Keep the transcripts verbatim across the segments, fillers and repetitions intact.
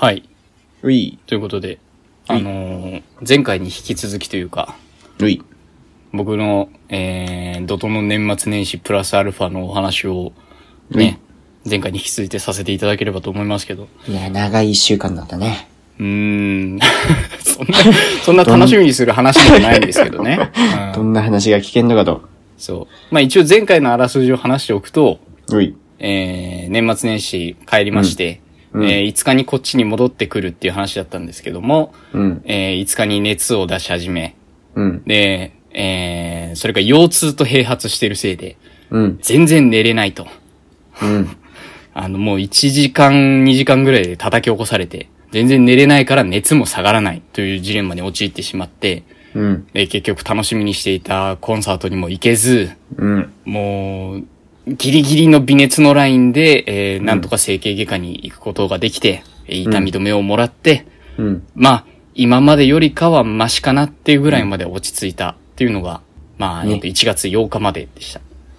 はい。 うい。 ということで、あのー、前回に引き続きというか、 うい。 僕の、えー、怒涛の年末年始プラスアルファのお話をね、前回に引き続いてさせていただければと思いますけど。 いや、長い一週間だったね。 うーん。そんな、そんな楽しみにする話でもないんですけどね。 うん、どんな話が聞けんのかと。 そう。まあ一応前回のあらすじを話しておくと、 うい。 えー、年末年始帰りまして、うん、えー、いつかにこっちに戻ってくるっていう話だったんですけども、うん、えー、いつかに熱を出し始め、うん、で、えー、それが腰痛と併発してるせいで、うん、全然寝れないと。うん、あの、もういちじかん、にじかんぐらいで叩き起こされて、全然寝れないから熱も下がらないというジレンマに陥ってしまって、うん、で結局楽しみにしていたコンサートにも行けず、うん、もう、ギリギリの微熱のラインで、えー、なんとか整形外科に行くことができて、うん、痛み止めをもらって、うん、まあ、今までよりかはマシかなっていうぐらいまで落ち着いたっていうのが、まあ、ね、いちがつようかまででした。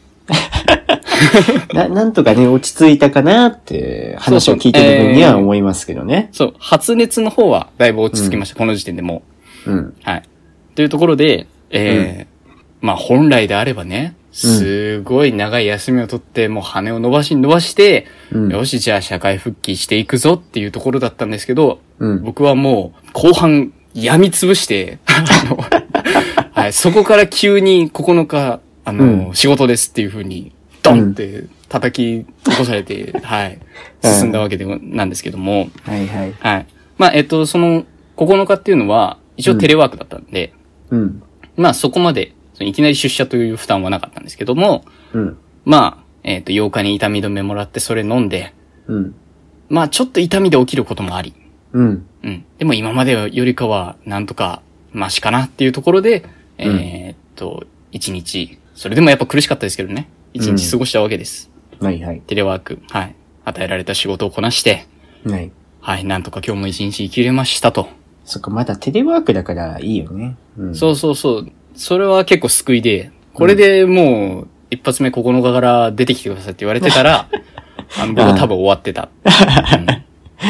な, なんとかね、落ち着いたかなって話を聞いてる分には思いますけどね。 そう、そう、発熱の方はだいぶ落ち着きました、うん、この時点でもう。うん。はい。というところで、えー、うん、まあ本来であればね、すごい長い休みを取って、もう羽を伸ばし伸ばして、うん、よし、じゃあ社会復帰していくぞっていうところだったんですけど、うん、僕はもう後半病みつぶして、あのはい、そこから急にここのか、あの、うん、仕事ですっていう風に、ドンって叩き起こされて、うん、はい、進んだわけでなんですけども、 はいはい。 はい。まあ、えっと、その、ここのかっていうのは、一応テレワークだったんで、うん、まあそこまで、いきなり出社という負担はなかったんですけども、うん、まあ、えっと、ようかに痛み止めもらってそれ飲んで、うん、まあちょっと痛みで起きることもあり、うん、うん。でも今までよりかは、なんとか、マシかなっていうところで、うん、えー、っと、一日、それでもやっぱ苦しかったですけどね、一日過ごしたわけです。 うん、はいはい。 テレワーク、はい。与えられた仕事をこなして、はい。はい、なんとか今日も一日生きれましたと。 そっか、まだテレワークだからいいよね。 うん、そうそうそう。それは結構救いで、これでもう、一発目ここのかから出てきてくださいって言われてたら、あの、僕は多分終わってた。うん、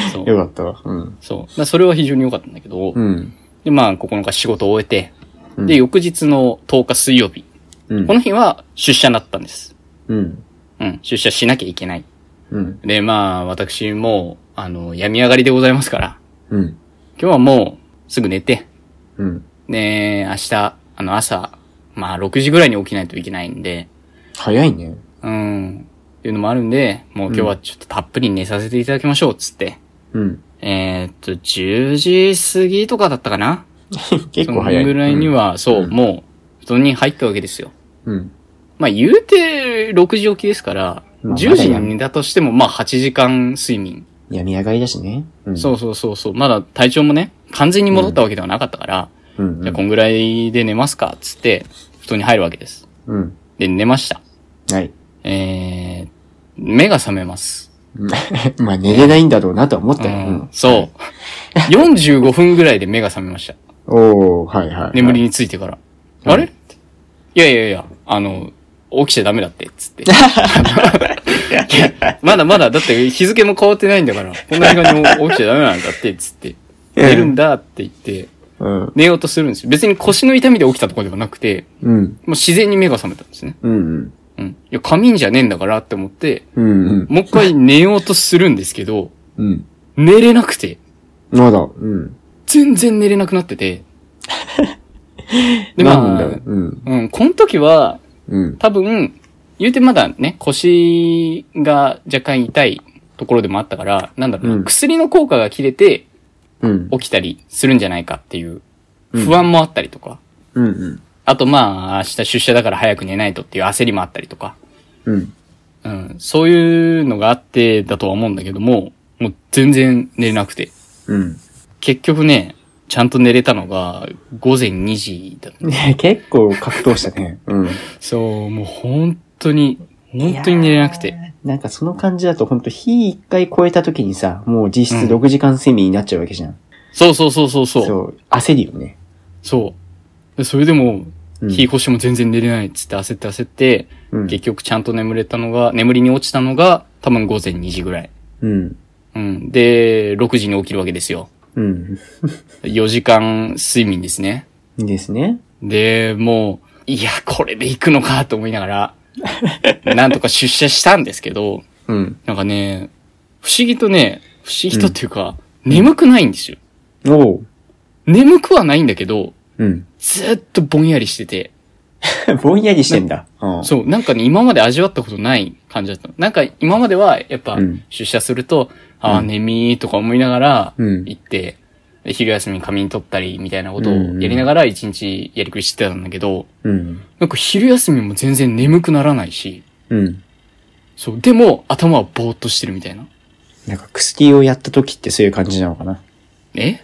そうよかったわ。うん。 そう。それは非常に良かったんだけど、うん、で、まあ、ここのか仕事を終えて、うん、で、翌日のとおか水曜日、うん、この日は出社だったんです。うん。うん。出社しなきゃいけない。うん。で、まあ、私も、あの、病み上がりでございますから、うん。今日はもう、すぐ寝て、うん。で、明日、あの、朝、まあ、ろくじぐらいに起きないといけないんで。 早いね。 うん。っていうのもあるんで、もう今日はちょっとたっぷり寝させていただきましょう、つって。うん。えー、っと、じゅうじ過ぎとかだったかな結構早い。 そのぐらいには、うん、そう、うん、もう、布団に入ったわけですよ。うん。まあ、言うて、ろくじ起きですから、まあ、じゅうじに寝たとしても、まあ、はちじかん睡眠。 病み上がりだしね。 うん、そうそうそうそう。まだ体調もね、完全に戻ったわけではなかったから、うんうんうん、じゃあこんぐらいで寝ますか、つって、布団に入るわけです。うん。で、寝ました。はい。えー、目が覚めます。 まあ寝れないんだろうなとは思ったよ。うんうん、そう。よんじゅうごふんぐらいで目が覚めました。 おー、はいはい、はい。 眠りについてから。うん、あれいやいやいや、あの、起きちゃダメだって、つって。まだまだ、だって日付も変わってないんだから、こんな時間に起きちゃダメなんだって、つって。寝るんだって言って、うん、寝ようとするんですよ。別に腰の痛みで起きたとかではなくて、うん、もう自然に目が覚めたんですね。うんうんうん、いや、仮眠じゃねえんだからって思って、うんうん、もう一回寝ようとするんですけど、うん、寝れなくて。 まだ、うん。 全然寝れなくなってて。で、まあ、うん、うん、この時は、うん、多分、言うてまだね、腰が若干痛いところでもあったから、なんだろうな、うん、薬の効果が切れて、起きたりするんじゃないかっていう不安もあったりとか、うんうん、あとまあ明日出社だから早く寝ないとっていう焦りもあったりとか、うんうん、そういうのがあってだとは思うんだけども、もう全然寝れなくて、うん、結局ね、ちゃんと寝れたのがごぜんにじだった。 ね、結構格闘したね。うん、 そう、もう本当に本当に寝れなくて。 なんかその感じだと本当日一回超えた時にさ、もう実質ろくじかん睡眠になっちゃうわけじゃん。うん、 そうそうそうそうそう。 そう、焦るよね。 そう。でそれでも、日越しも全然寝れないっつって焦って焦って、うん、結局ちゃんと眠れたのが、眠りに落ちたのが多分ごぜんにじぐらい。うん。 うん。で、ろくじに起きるわけですよ。 うん。 よじかん睡眠ですね。 いいですね。 で、もう、いや、これで行くのかと思いながら、なんとか出社したんですけど、 うん。 なんかね、不思議とね、不思議とっていうか、うん、眠くないんですよ。 おう。 眠くはないんだけど、 うん。 ずっとぼんやりしてて。 ぼんやりしてんだ。 うん、そう、なんかね、今まで味わったことない感じだったの。なんか今までは、やっぱ、出社すると、うん、ああ、眠いとか思いながら、行って、うん、昼休みに仮眠取ったり、みたいなことをやりながら一日やりくりしてたんだけど、うん、なんか昼休みも全然眠くならないし、うん、そう、でも頭はぼーっとしてるみたいな。 なんか薬をやった時ってそういう感じなのかな。 え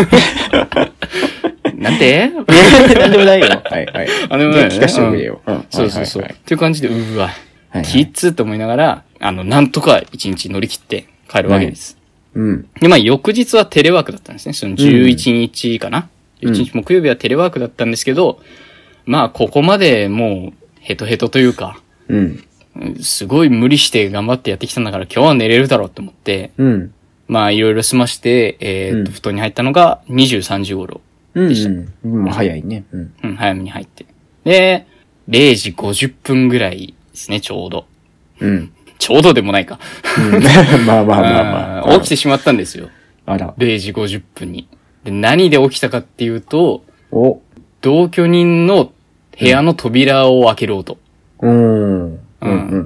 なんでなんでもないよ。はいはい。 あ、でもないよね。 聞かせてくれよ。 うん。そうそうそう。っていう感じで、うわ、キッズって思いながら、あの、なんとか一日乗り切って帰るわけです。うん。で、まあ、翌日はテレワークだったんですね。そのじゅういちにちかな。じゅういちにち木曜日はテレワークだったんですけど、まあ、ここまでもう、ヘトヘトというか、うん。すごい無理して頑張ってやってきたんだから今日は寝れるだろうと思って、うん。まあ、いろいろ済まして、えー、っと、布団に入ったのがにじゅうさんじ頃。でした。 うんうん。もう早いね。 うん。うん、早めに入って。で、れいじごじゅっぷんぐらいですね、ちょうど。うん。ちょうどでもないか。 うん、まあまあまあまあ。起きてしまったんですよ。 あら。 れいじごじゅっぷんに。で、何で起きたかっていうと、 お同居人の部屋の扉を開ける音。 うん。うん。 うん。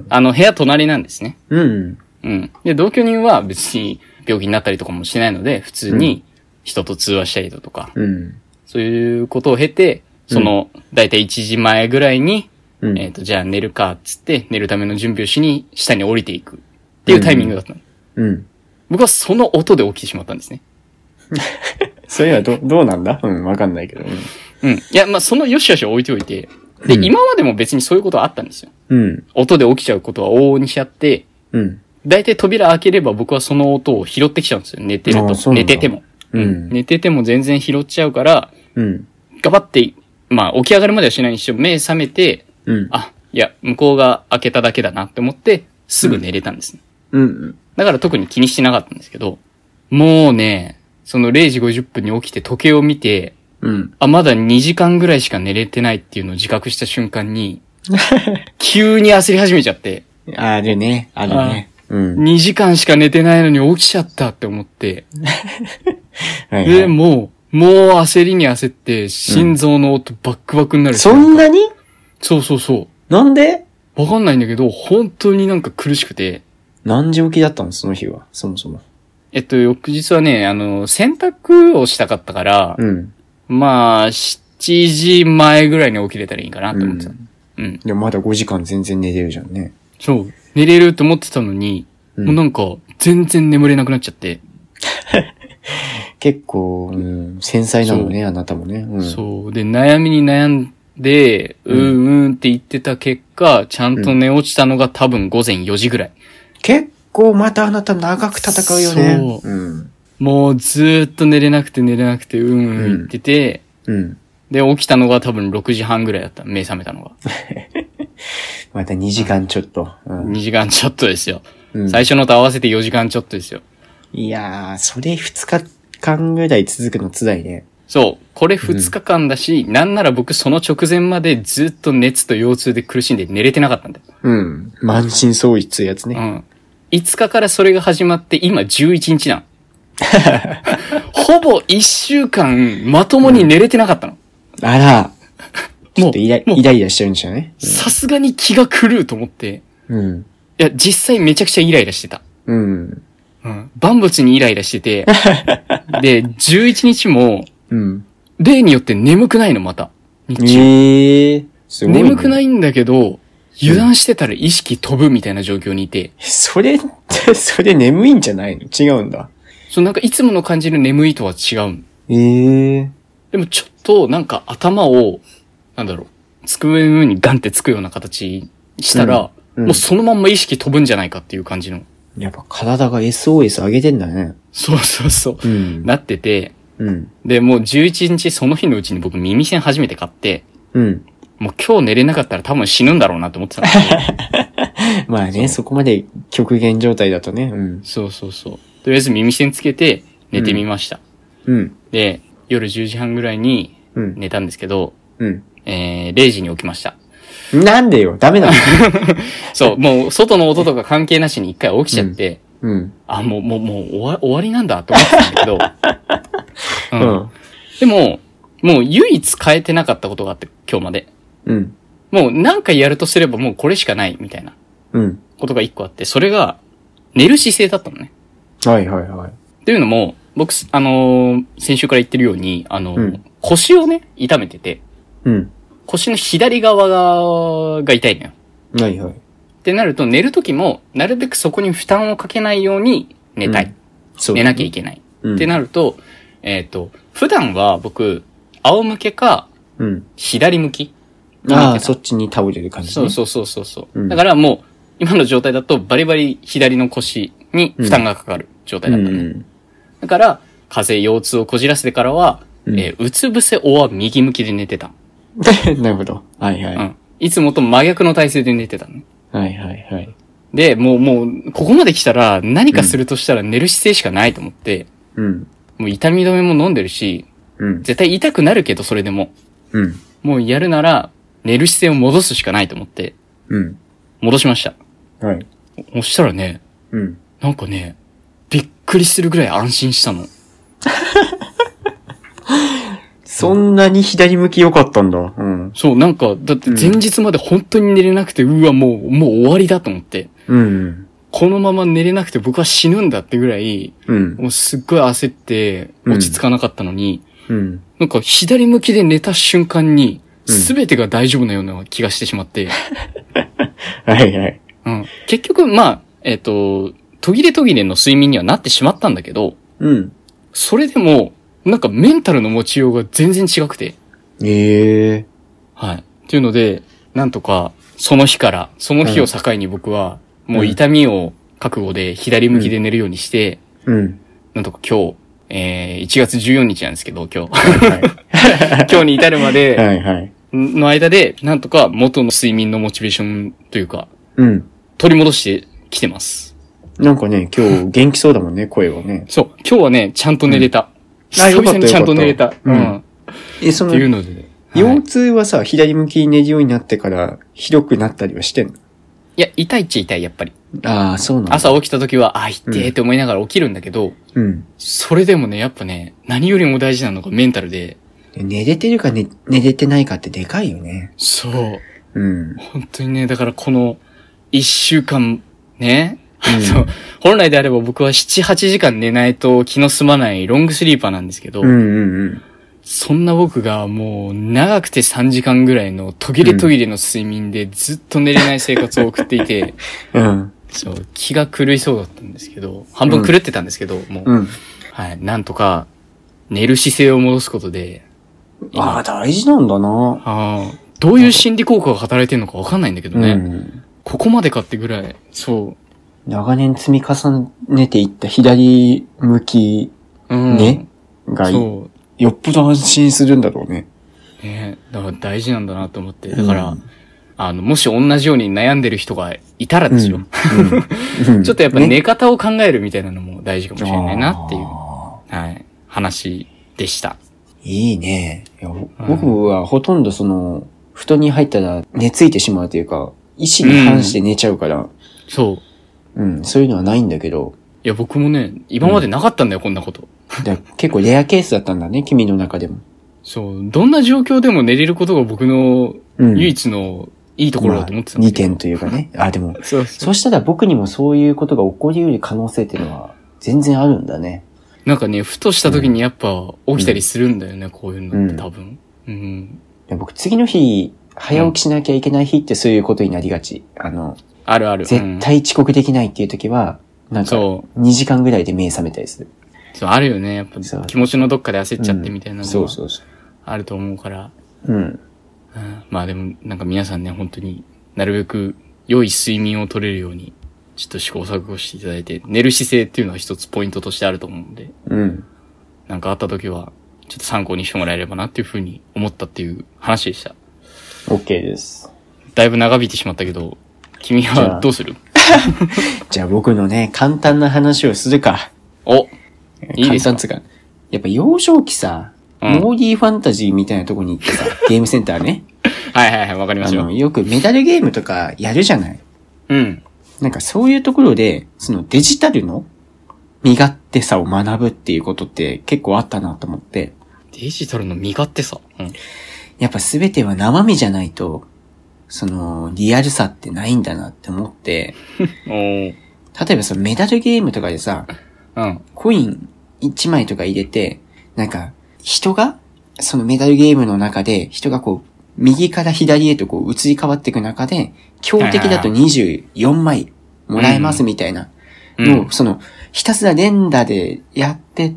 あの、部屋隣なんですね。 うん。 うん。で、同居人は別に病気になったりとかもしないので、普通に、うん人と通話したりだとか、うん、そういうことを経て、その、だいたいいちじまえぐらいに、うん、えっと、じゃあ寝るか、っつって、寝るための準備をしに、下に降りていくっていうタイミングだったの。うん。うん、僕はその音で起きてしまったんですね。 それはど、どうなんだうん、わかんないけど。 うん。うん。いや、まあ、その良し悪しを置いておいて、で、うん、今までも別にそういうことはあったんですよ。うん。音で起きちゃうことは往々にしちゃって、うん。だいたい扉開ければ僕はその音を拾ってきちゃうんですよ。寝てると。寝てても。うん。寝てても全然拾っちゃうから、うん。頑張って、まあ、起き上がるまではしないにしても、目覚めて、うん。あ、いや、向こうが開けただけだなって思って、すぐ寝れたんですね。うん。うん。だから特に気にしてなかったんですけど、もうね、そのれいじごじゅっぷんに起きて時計を見て、うん。あ、まだにじかんぐらいしか寝れてないっていうのを自覚した瞬間に、急に焦り始めちゃって。 あるね、あるね。 うん。にじかんしか寝てないのに起きちゃったって思って。はいはい、で、もう、もう焦りに焦って、心臓の音バックバックになる、うん。 そんなに？ そうそうそう。 なんで？ わかんないんだけど、本当になんか苦しくて。 何時起きだったのその日は、そもそも。 えっと、翌日はね、あの、洗濯をしたかったから、うん。まあ、しちじまえぐらいに起きれたらいいかなと思ってた。うん。 うん、でもまだごじかん全然寝れるじゃんね。 そう。寝れると思ってたのに、うん、もうなんか、全然眠れなくなっちゃって。 結構、うん、繊細なのね、あなたもね、 うん。そう。で、悩みに悩んで、うん、うんって言ってた結果、ちゃんと寝落ちたのが多分午前よじぐらい。 結構またあなた長く戦うよね。そう。うん、 もうずーっと寝れなくて寝れなくて、うんうん言ってて、うん。うん、で、起きたのが多分ろくじはんぐらいだった。目覚めたのが。 またにじかんちょっと、 うん。にじかんちょっとですよ。うん、最初のと合わせてよじかんちょっとですよ。 いやー、それふつかかんぐらい続くの辛いね。 そう。これふつかかんだし、うん、なんなら僕その直前までずっと熱と腰痛で苦しんで寝れてなかったんだよ。 うん。満身創痍ってやつね。うん。 いつかからそれが始まって今じゅういちにちなん。ほぼいっしゅうかんまともに寝れてなかったの。 うん、あら。ちょっとイライライラしちゃうんじゃない？ さすがに気が狂うと思って。うん。いや、実際めちゃくちゃイライラしてた。うん。うん。万物にイライラしてて。で、じゅういちにちも、うん。例によって眠くないの、また。日中。ええー。すごいね。眠くないんだけど、油断してたら意識飛ぶみたいな状況にいて。 それって、それ眠いんじゃないの？違うんだ。 そう、なんかいつもの感じる眠いとは違う。 ええー。 でもちょっと、なんか頭を、なんだろう、机の上にガンってつくような形したら、うんうん、もうそのまんま意識飛ぶんじゃないかっていう感じの。 やっぱ体が エスオーエス 上げてんだね。 そうそうそう。うん、なってて、うん、で、もうじゅういちにちその日のうちに僕耳栓初めて買って、うん、もう今日寝れなかったら多分死ぬんだろうなと思ってたんですけど。 まあねそ、そこまで極限状態だとね。 うん、そうそうそう。 とりあえず耳栓つけて寝てみました。 うん。 で、夜じゅうじはんぐらいに寝たんですけど、うん。えー、れいじに起きました。 なんでよ、ダメだ。 そう、もう外の音とか関係なしに一回起きちゃって、うん。うん、あ、もう、もう、もう終わ終わりなんだと思ってたんだけど、うん、うん。でも、もう唯一変えてなかったことがあって、今日まで。うん。もう何回やるとすればもうこれしかないみたいな。うん。ことが一個あって、それが、寝る姿勢だったのね。 はいはいはい。 っていうのも、僕、あのー、先週から言ってるように、あのーうん、腰をね、痛めてて、うん。腰の左側が、が痛いのよ。 はいはい。 ってなると、寝るときも、なるべくそこに負担をかけないように寝たい。うん、そう、ね。寝なきゃいけない。うん、ってなると、えっと、普段は僕、仰向けか、うん、左向き。 ああ、そっちに倒れる感じ、ね。 そうそうそうそうそう、うん。だからもう、今の状態だとバリバリ左の腰に負担がかかる状態だったね。うん、だから、風邪腰痛をこじらせてからは、うん、えー、うつ伏せおは右向きで寝てた。 なるほど。はいはい。うん。 いつもと真逆の体勢で寝てたの。 はいはいはい。 で、もうもう、ここまで来たら何かするとしたら寝る姿勢しかないと思って、うん。もう痛み止めも飲んでるし、うん。絶対痛くなるけどそれでも。うん。もうやるなら、寝る姿勢を戻すしかないと思って、うん。戻しました。はい。そしたらね、うん。なんかね、びっくりするぐらい安心したの。 そんなに左向き良かったんだ。うん。 そう、なんか、だって前日まで本当に寝れなくて、うん、うわ、もう、もう終わりだと思って。うん。このまま寝れなくて僕は死ぬんだってぐらい、うん。もうすっごい焦って落ち着かなかったのに、うん。なんか左向きで寝た瞬間に、すべてが大丈夫なような気がしてしまって。 はいはい。 うん。結局、まあ、えっと、途切れ途切れの睡眠にはなってしまったんだけど、うん。それでも、なんかメンタルの持ちようが全然違くて。 ええー。 はい。っていうので、なんとか、その日から、その日を境に僕は、もう痛みを覚悟で左向きで寝るようにして、うん。うん、なんとか今日、えー、いちがつじゅうよっかなんですけど、今日。はい、今日に至るまで、はいはい。の間で、なんとか元の睡眠のモチベーションというか、うん。取り戻してきてます。 なんかね、今日元気そうだもんね、声はね。 そう。今日はね、ちゃんと寝れた。うん、久々にちゃんと寝れた。うん。 え、その、っていうので。腰痛はさ、左向きに寝るようになってから、ひどくなったりはしてんの？いや、痛いっちゃ痛い、やっぱり。 ああ、そうなんだ。 朝起きた時は、あ、痛えって思いながら起きるんだけど、うん。それでもね、やっぱね、何よりも大事なのがメンタルで。 寝れてるか寝、寝れてないかってでかいよね。 そう。うん。本当にね、だからこの、一週間、ね、うん、本来であれば僕はなな、はちじかん寝ないと気の済まないロングスリーパーなんですけど、うんうんうん、そんな僕がもう長くてさんじかんぐらいの途切れ途切れの睡眠でずっと寝れない生活を送っていて、うん、そう気が狂いそうだったんですけど、半分狂ってたんですけど、うん、もう、うん、はい、なんとか寝る姿勢を戻すことで、 ああ、大事なんだな。 あどういう心理効果が働いてるのかわかんないんだけどね、うん、ここまでかってぐらい、そう。 長年積み重ねていった左向き、ね、うん、がよっぽど安心するんだろうね。 ねだから大事なんだなと思って。だから、うん、あの、もし同じように悩んでる人がいたらですよ。うんうん、ちょっとやっぱ寝方を考えるみたいなのも大事かもしれないなっていう、ね、はい、話でした。 いいね。いや僕はほとんどその、布団に入ったら寝ついてしまうというか、意思に反して寝ちゃうから。 そう。 うん、そういうのはないんだけど。 いや、僕もね、今までなかったんだよ、うん、こんなこと。 だ結構レアケースだったんだね、君の中でも。 そう、どんな状況でも寝れることが僕の唯一のいいところだと思ってたんだけど、 まあ、にてんというかね。あ、でも、そうそう、そうしたら僕にもそういうことが起こり得る可能性っていうのは全然あるんだね。 なんかね、ふとした時にやっぱ起きたりするんだよね、うん、こういうのって多分。うん。うん、 いや僕、次の日、早起きしなきゃいけない日ってそういうことになりがち。あの、 あるある。 絶対遅刻できないっていう時は、なんか、にじかんぐらいで目覚めたりする。 そう、あるよね。やっぱ気持ちのどっかで焦っちゃってみたいなのが、うん、そうそうそう。あると思うから。うん。うん、まあでも、なんか皆さんね、本当になるべく良い睡眠を取れるように、ちょっと試行錯誤していただいて、寝る姿勢っていうのは一つポイントとしてあると思うんで、うん。なんかあった時は、ちょっと参考にしてもらえればなっていうふうに思ったっていう話でした。 OK です。 だいぶ長引いてしまったけど、君はどうする？ じゃあ僕のね、簡単な話をするか。 おいいですか。簡単つか。やっぱ幼少期さ、うん、モーディーファンタジーみたいなとこに行ってさ、ゲームセンターね。 はいはいはい、わかりますよ。あの、 よくメダルゲームとかやるじゃない。 うん。 なんかそういうところで、そのデジタルの身勝手さを学ぶっていうことって結構あったなと思って。 デジタルの身勝手さ、うん、 やっぱ全ては生身じゃないと、そのリアルさってないんだなって思って。 お例えばそのメダルゲームとかでさ、 うん、 コインいちまいとか入れて、なんか人が、そのメダルゲームの中で人がこう、右から左へとこう移り変わっていく中で、強敵だとにじゅうよんまいもらえますみたいなのを、うん、その、ひたすら連打でやってって、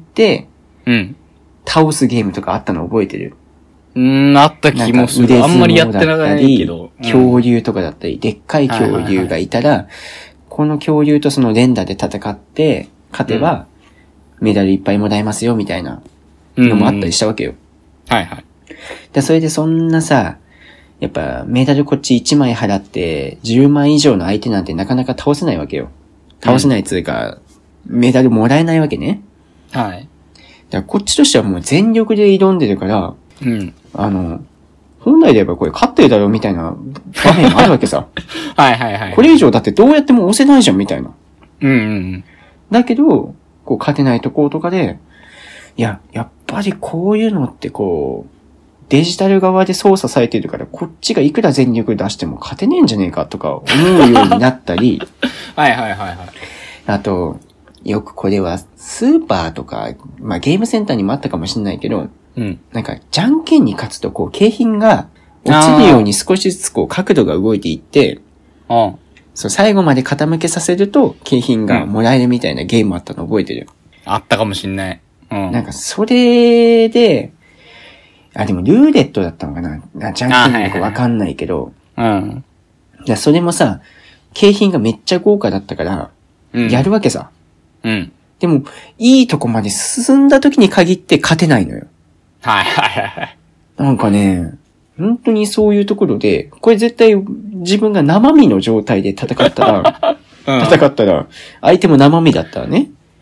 うん、 倒すゲームとかあったの覚えてる？ うーん、あった気もする。あんまりやってないけど。 恐竜とかだったり、でっかい恐竜がいたら、この恐竜とその連打で戦って、勝てば、メダルいっぱいもらえますよ、みたいなのもあったりしたわけよ。 うん、はいはい。 で、それでそんなさ、やっぱメダルこっちいちまい払ってじゅうまい以上の相手なんてなかなか倒せないわけよ。倒せないつうか、うん、メダルもらえないわけね。 はい。 だからこっちとしてはもう全力で挑んでるから、 うん。 あの、本来で言えばこれ勝ってるだろうみたいな場面もあるわけさ。 はいはいはい。 これ以上だってどうやっても押せないじゃんみたいな。 うんうんうん。 だけど、こう勝てないところとかで、いや、やっぱりこういうのってこう、デジタル側で操作されてるから、こっちがいくら全力出しても勝てねえんじゃねえかとか思うようになったり。 はいはいはいはい。 あと、よくこれはスーパーとか、まあゲームセンターにもあったかもしれないけど、 うん、 なんかじゃんけんに勝つとこう景品が落ちるように少しずつこう角度が動いていって、 あそう最後まで傾けさせると景品がもらえるみたいなゲームあったの覚えてる？ あったかもしんない。うん、 なんかそれで、あ、でもルーレットだったのかな？じゃんけんのかわかんないけど。 うん。 いや、それもさ、景品がめっちゃ豪華だったから、うん、やるわけさ。 うん。 でも、いいとこまで進んだ時に限って勝てないのよ。 はいはいはい。 なんかね、本当にそういうところで、これ絶対自分が生身の状態で戦ったら、うん、戦ったら、相手も生身だったらね。 うん。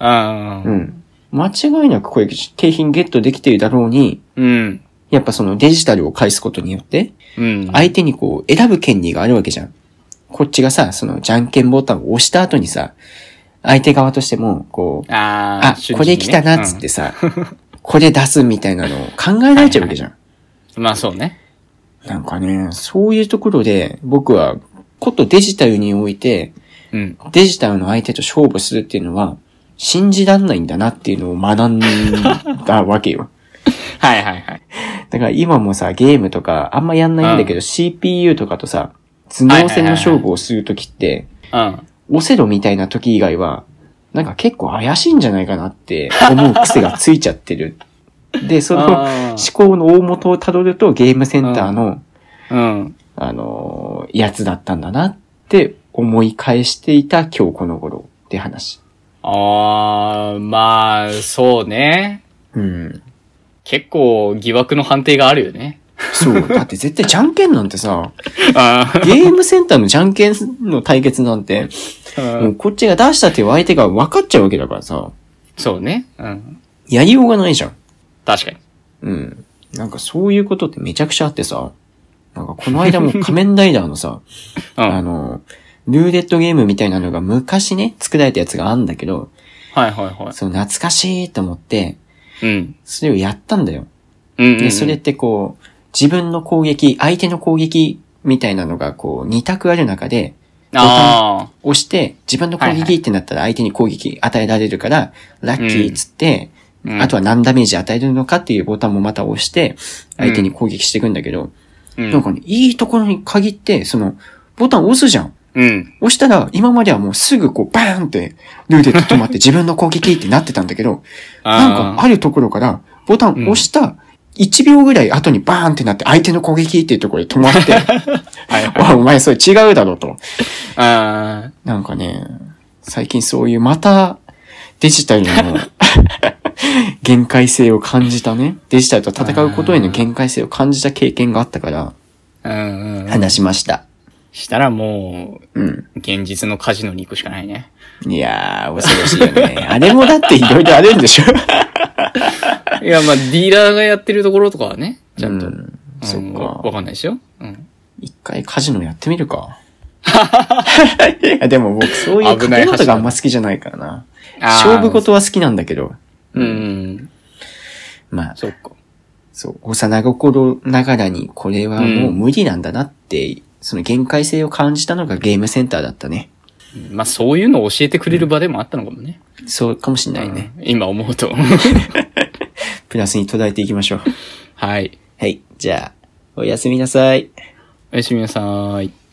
うん。間違いなくこれ景品ゲットできてるだろうに、 うん。 やっぱそのデジタルを返すことによって、 うん、 相手にこう選ぶ権利があるわけじゃん。こっちがさ、そのじゃんけんボタンを押した後にさ、相手側としても、こう、 ああ、ね、これ来たなっつってさ、うん、これ出すみたいなのを考えられちゃうわけじゃん。 はいはい、まあそうね。 なんかね、そういうところで僕は、ことデジタルにおいて、 うん、 デジタルの相手と勝負するっていうのは、信じらんないんだなっていうのを学んだわけよ。 はいはいはい。 だから今もさ、ゲームとかあんまやんないんだけど、うん、シーピーユー とかとさ、頭脳戦の勝負をするときって、オセロみたいな時以外は、なんか結構怪しいんじゃないかなって思う癖がついちゃってる。で、その思考の大元を辿るとゲームセンターの、 うん、 あのー、やつだったんだなって思い返していた今日この頃って話。 あー、まあ、そうね。 うん。 結構疑惑の判定があるよね。 そう。だって絶対じゃんけんなんてさ、 あゲームセンターのじゃんけんの対決なんて、もうこっちが出したっていう相手が分かっちゃうわけだからさ。 そうね。うん。 やりようがないじゃん。 確かに。 うん。なんかそういうことってめちゃくちゃあってさ、なんかこの間も仮面ライダーのさ、うん、あの、ルーレットゲームみたいなのが昔ね、作られたやつがあるんだけど、 はいはいはい。 そう懐かしいと思って、 うん。 それをやったんだよ。 うんうんうん、 で、それってこう、自分の攻撃、相手の攻撃みたいなのがこう、二択ある中で、ボタンを押して、自分の攻撃ってなったら相手に攻撃与えられるから、ラッキーっつって、うん、あとは何ダメージ与えるのかっていうボタンもまた押して、相手に攻撃していくんだけど、うん、なんかね、いいところに限って、その、ボタン押すじゃん。 うん。 押したら、今まではもうすぐこう、バーンって、ルーレット止まって自分の攻撃ってなってたんだけど、なんかあるところから、ボタン押したいちびょうぐらい後にバーンってなって相手の攻撃っていうところで止まって、はいはい、お前それ違うだろうと。 あなんかね、最近そういうまたデジタルの限界性を感じたね。デジタルと戦うことへの限界性を感じた経験があったから、話しました。 したらもう、うん。 現実のカジノに行くしかないね。 いやー、恐ろしいよね。あれもだっていろいろあるんでしょいや、まあ、ディーラーがやってるところとかはね、ちゃんと。うん、 そっか。 わかんないですよ。うん。 一回カジノやってみるか。いやでも僕そういう賭け事があんま好きじゃないからな。勝負事は好きなんだけど。 うん。 まあ。 そっか。 そう。幼心ながらにこれはもう無理なんだなって、うん、その限界性を感じたのがゲームセンターだったね。 まあそういうのを教えてくれる場でもあったのかもね。 うん、そうかもしんないね。 うん、今思うと。 プラスに捉えていきましょう。 はい。 はい。じゃあ、おやすみなさい。 おやすみなさい。